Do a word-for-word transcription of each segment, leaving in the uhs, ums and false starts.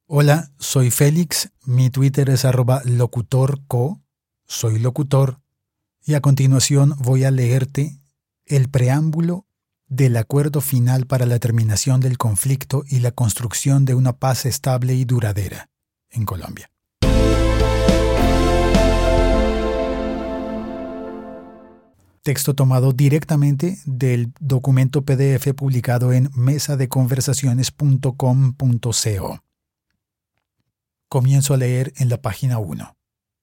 Hola, soy Félix, mi Twitter es arroba locutorco, soy locutor, y a continuación voy a leerte el preámbulo del acuerdo final para la terminación del conflicto y la construcción de una paz estable y duradera en Colombia. Texto tomado directamente del documento P D F publicado en mesa de conversaciones punto com punto co. Comienzo a leer en la página uno.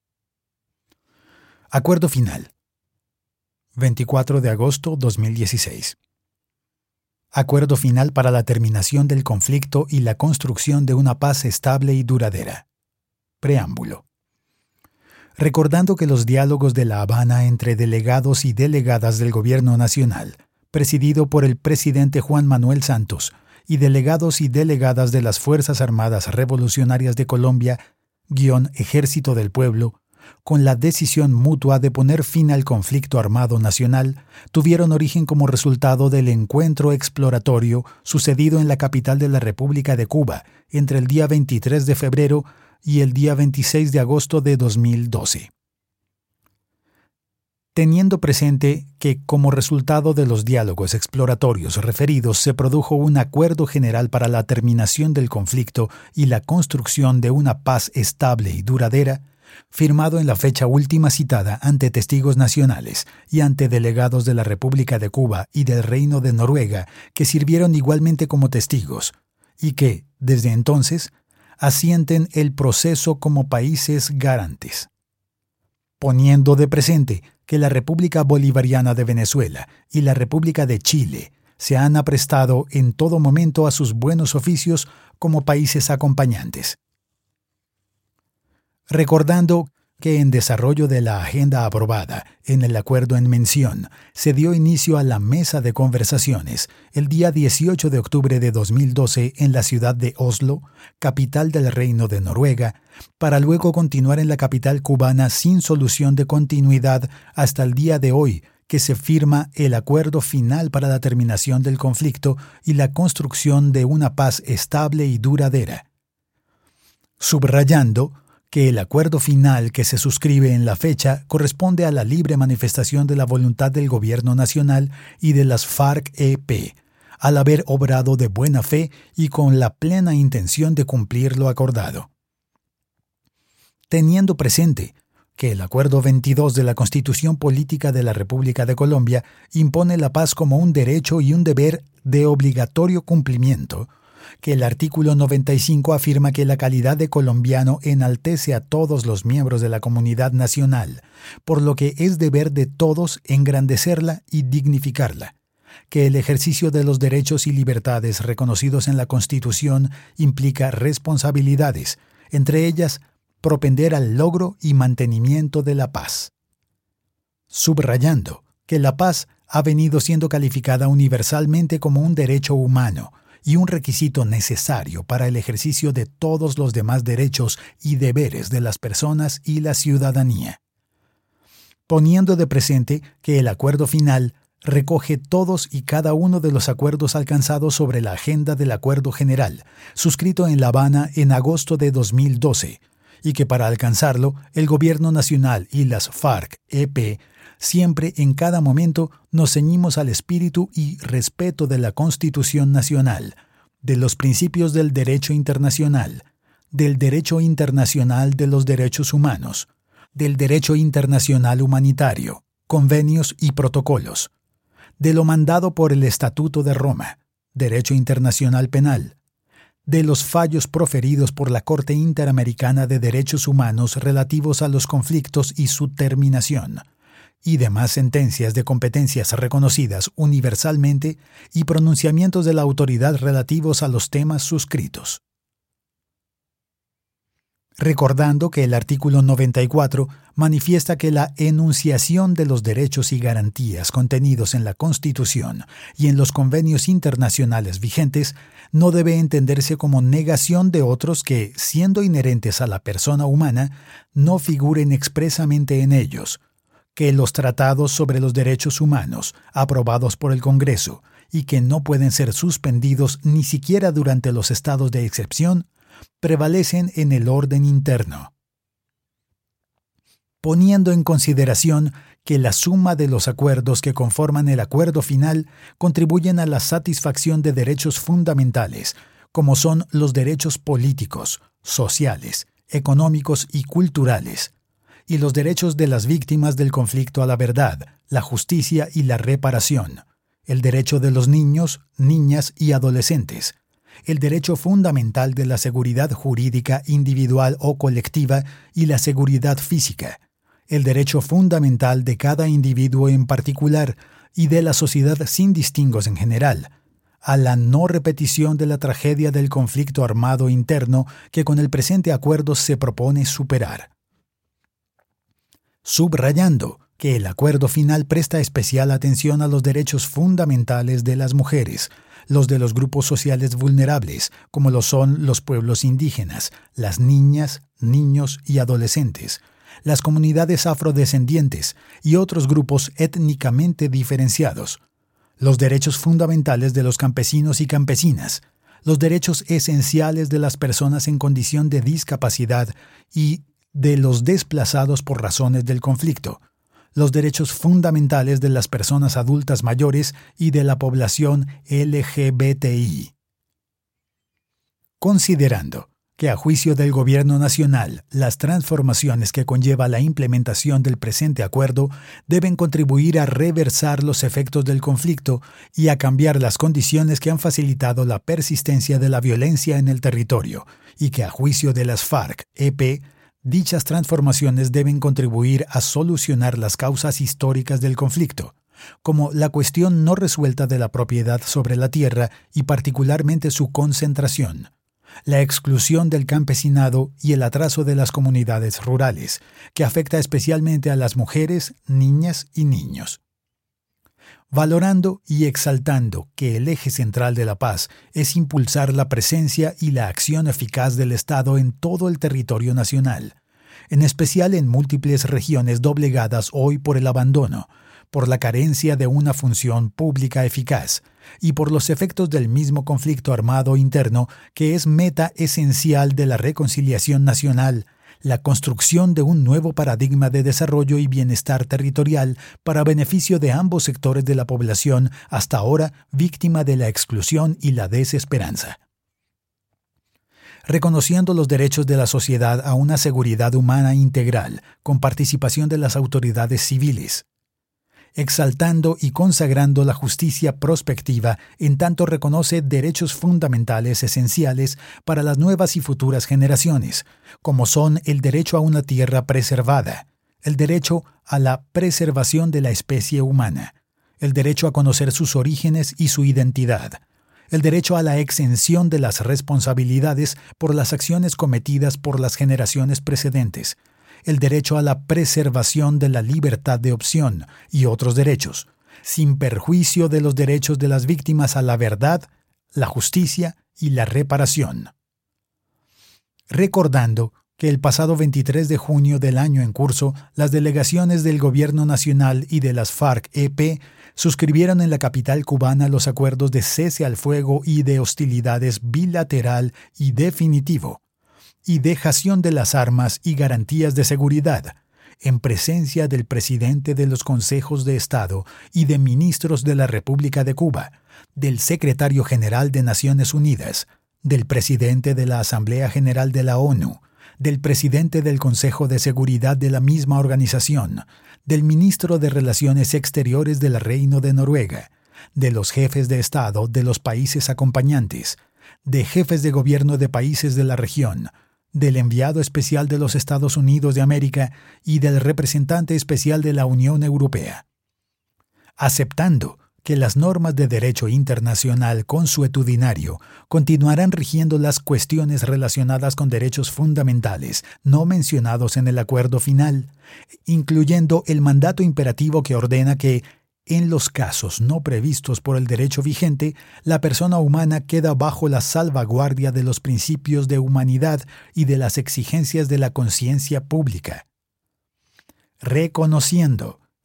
Acuerdo final. veinticuatro de agosto de dos mil dieciséis. Acuerdo final para la terminación del conflicto y la construcción de una paz estable y duradera. Preámbulo. Recordando que los diálogos de La Habana entre delegados y delegadas del Gobierno Nacional, presidido por el presidente Juan Manuel Santos, y delegados y delegadas de las Fuerzas Armadas Revolucionarias de Colombia, guión Ejército del Pueblo, con la decisión mutua de poner fin al conflicto armado nacional, tuvieron origen como resultado del encuentro exploratorio sucedido en la capital de la República de Cuba entre el día veintitrés de febrero y el día veintiséis de agosto de dos mil doce. Teniendo presente que, como resultado de los diálogos exploratorios referidos, se produjo un acuerdo general para la terminación del conflicto y la construcción de una paz estable y duradera, firmado en la fecha última citada ante testigos nacionales y ante delegados de la República de Cuba y del Reino de Noruega, que sirvieron igualmente como testigos, y que, desde entonces, asienten el proceso como países garantes. Poniendo de presente que la República Bolivariana de Venezuela y la República de Chile se han aprestado en todo momento a sus buenos oficios como países acompañantes. Recordando que en desarrollo de la agenda aprobada en el acuerdo en mención, se dio inicio a la mesa de conversaciones el día dieciocho de octubre de dos mil doce en la ciudad de Oslo, capital del Reino de Noruega, para luego continuar en la capital cubana sin solución de continuidad hasta el día de hoy, que se firma el acuerdo final para la terminación del conflicto y la construcción de una paz estable y duradera. Subrayando que el acuerdo final que se suscribe en la fecha corresponde a la libre manifestación de la voluntad del Gobierno Nacional y de las FARC-E P, al haber obrado de buena fe y con la plena intención de cumplir lo acordado. Teniendo presente que el Acuerdo veintidós de la Constitución Política de la República de Colombia impone la paz como un derecho y un deber de obligatorio cumplimiento, que el artículo noventa y cinco afirma que la calidad de colombiano enaltece a todos los miembros de la comunidad nacional, por lo que es deber de todos engrandecerla y dignificarla, que el ejercicio de los derechos y libertades reconocidos en la Constitución implica responsabilidades, entre ellas propender al logro y mantenimiento de la paz. Subrayando que la paz ha venido siendo calificada universalmente como un derecho humano y un requisito necesario para el ejercicio de todos los demás derechos y deberes de las personas y la ciudadanía. Poniendo de presente que el acuerdo final recoge todos y cada uno de los acuerdos alcanzados sobre la agenda del Acuerdo General, suscrito en La Habana en agosto de dos mil doce, y que para alcanzarlo el Gobierno Nacional y las FARC-E P siempre en cada momento nos ceñimos al espíritu y respeto de la Constitución Nacional, de los principios del derecho internacional, del derecho internacional de los derechos humanos, del derecho internacional humanitario, convenios y protocolos, de lo mandado por el Estatuto de Roma, derecho internacional penal, de los fallos proferidos por la Corte Interamericana de Derechos Humanos relativos a los conflictos y su terminación, y demás sentencias de competencias reconocidas universalmente y pronunciamientos de la autoridad relativos a los temas suscritos. Recordando que el artículo noventa y cuatro manifiesta que la enunciación de los derechos y garantías contenidos en la Constitución y en los convenios internacionales vigentes no debe entenderse como negación de otros que, siendo inherentes a la persona humana, no figuren expresamente en ellos, que los tratados sobre los derechos humanos, aprobados por el Congreso y que no pueden ser suspendidos ni siquiera durante los estados de excepción, prevalecen en el orden interno. Poniendo en consideración que la suma de los acuerdos que conforman el acuerdo final contribuyen a la satisfacción de derechos fundamentales, como son los derechos políticos, sociales, económicos y culturales, y los derechos de las víctimas del conflicto a la verdad, la justicia y la reparación, el derecho de los niños, niñas y adolescentes, el derecho fundamental de la seguridad jurídica individual o colectiva y la seguridad física, el derecho fundamental de cada individuo en particular y de la sociedad sin distingos en general, a la no repetición de la tragedia del conflicto armado interno que con el presente acuerdo se propone superar. Subrayando que el acuerdo final presta especial atención a los derechos fundamentales de las mujeres, los de los grupos sociales vulnerables, como lo son los pueblos indígenas, las niñas, niños y adolescentes, las comunidades afrodescendientes y otros grupos étnicamente diferenciados, los derechos fundamentales de los campesinos y campesinas, los derechos esenciales de las personas en condición de discapacidad y de los desplazados por razones del conflicto, los derechos fundamentales de las personas adultas mayores y de la población L G B T I. Considerando que a juicio del Gobierno Nacional, las transformaciones que conlleva la implementación del presente acuerdo deben contribuir a reversar los efectos del conflicto y a cambiar las condiciones que han facilitado la persistencia de la violencia en el territorio, y que a juicio de las FARC-E P, dichas transformaciones deben contribuir a solucionar las causas históricas del conflicto, como la cuestión no resuelta de la propiedad sobre la tierra y particularmente su concentración, la exclusión del campesinado y el atraso de las comunidades rurales, que afecta especialmente a las mujeres, niñas y niños. Valorando y exaltando que el eje central de la paz es impulsar la presencia y la acción eficaz del Estado en todo el territorio nacional, en especial en múltiples regiones doblegadas hoy por el abandono, por la carencia de una función pública eficaz y por los efectos del mismo conflicto armado interno que es meta esencial de la reconciliación nacional, la construcción de un nuevo paradigma de desarrollo y bienestar territorial para beneficio de ambos sectores de la población hasta ahora víctima de la exclusión y la desesperanza. Reconociendo los derechos de la sociedad a una seguridad humana integral, con participación de las autoridades civiles, exaltando y consagrando la justicia prospectiva en tanto reconoce derechos fundamentales esenciales para las nuevas y futuras generaciones, como son el derecho a una tierra preservada, el derecho a la preservación de la especie humana, el derecho a conocer sus orígenes y su identidad, el derecho a la exención de las responsabilidades por las acciones cometidas por las generaciones precedentes, el derecho a la preservación de la libertad de opción y otros derechos, sin perjuicio de los derechos de las víctimas a la verdad, la justicia y la reparación. Recordando que el pasado veintitrés de junio del año en curso, las delegaciones del Gobierno Nacional y de las FARC-E P suscribieron en la capital cubana los acuerdos de cese al fuego y de hostilidades bilateral y definitivo, y dejación de las armas y garantías de seguridad, en presencia del presidente de los consejos de Estado y de ministros de la República de Cuba, del secretario general de Naciones Unidas, del presidente de la Asamblea General de la ONU, del presidente del Consejo de Seguridad de la misma organización, del ministro de Relaciones Exteriores del Reino de Noruega, de los jefes de Estado de los países acompañantes, de jefes de gobierno de países de la región, del enviado especial de los Estados Unidos de América y del representante especial de la Unión Europea. Aceptando que las normas de derecho internacional consuetudinario continuarán rigiendo las cuestiones relacionadas con derechos fundamentales no mencionados en el acuerdo final, incluyendo el mandato imperativo que ordena que, en los casos no previstos por el derecho vigente, la persona humana queda bajo la salvaguardia de los principios de humanidad y de las exigencias de la conciencia pública. Reconociendo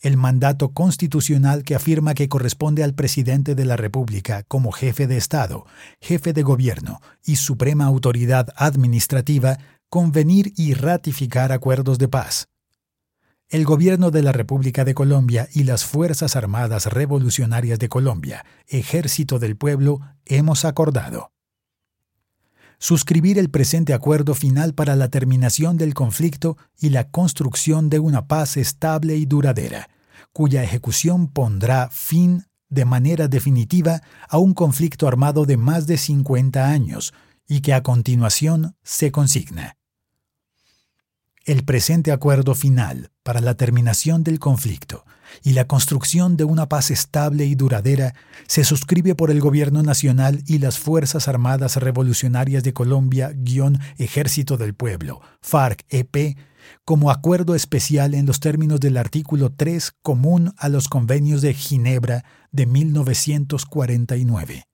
el mandato constitucional que afirma que corresponde al presidente de la República como jefe de Estado, jefe de gobierno y suprema autoridad administrativa convenir y ratificar acuerdos de paz. El gobierno de la República de Colombia y las Fuerzas Armadas Revolucionarias de Colombia, Ejército del Pueblo, hemos acordado suscribir el presente acuerdo final para la terminación del conflicto y la construcción de una paz estable y duradera, cuya ejecución pondrá fin de manera definitiva a un conflicto armado de más de cincuenta años y que a continuación se consigna. El presente acuerdo final para la terminación del conflicto y la construcción de una paz estable y duradera se suscribe por el Gobierno Nacional y las Fuerzas Armadas Revolucionarias de Colombia, Ejército del Pueblo, FARC-E P, como acuerdo especial en los términos del artículo tres común a los convenios de Ginebra de mil novecientos cuarenta y nueve.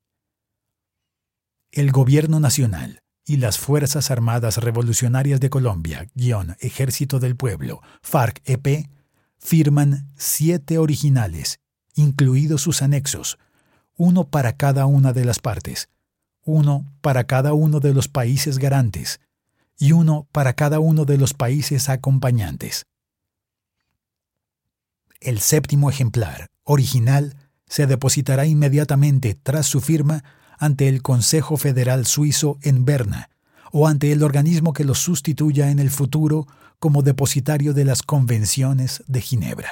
El Gobierno Nacional y las Fuerzas Armadas Revolucionarias de Colombia, Ejército del Pueblo, FARC-E P, firman siete originales, incluidos sus anexos, uno para cada una de las partes, uno para cada uno de los países garantes y uno para cada uno de los países acompañantes. El séptimo ejemplar, original, se depositará inmediatamente tras su firma ante el Consejo Federal Suizo en Berna o ante el organismo que lo sustituya en el futuro como depositario de las Convenciones de Ginebra.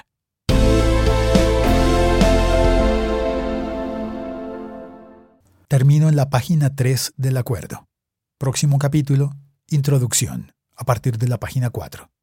Termino en la página tres del acuerdo. Próximo capítulo, introducción, a partir de la página cuatro.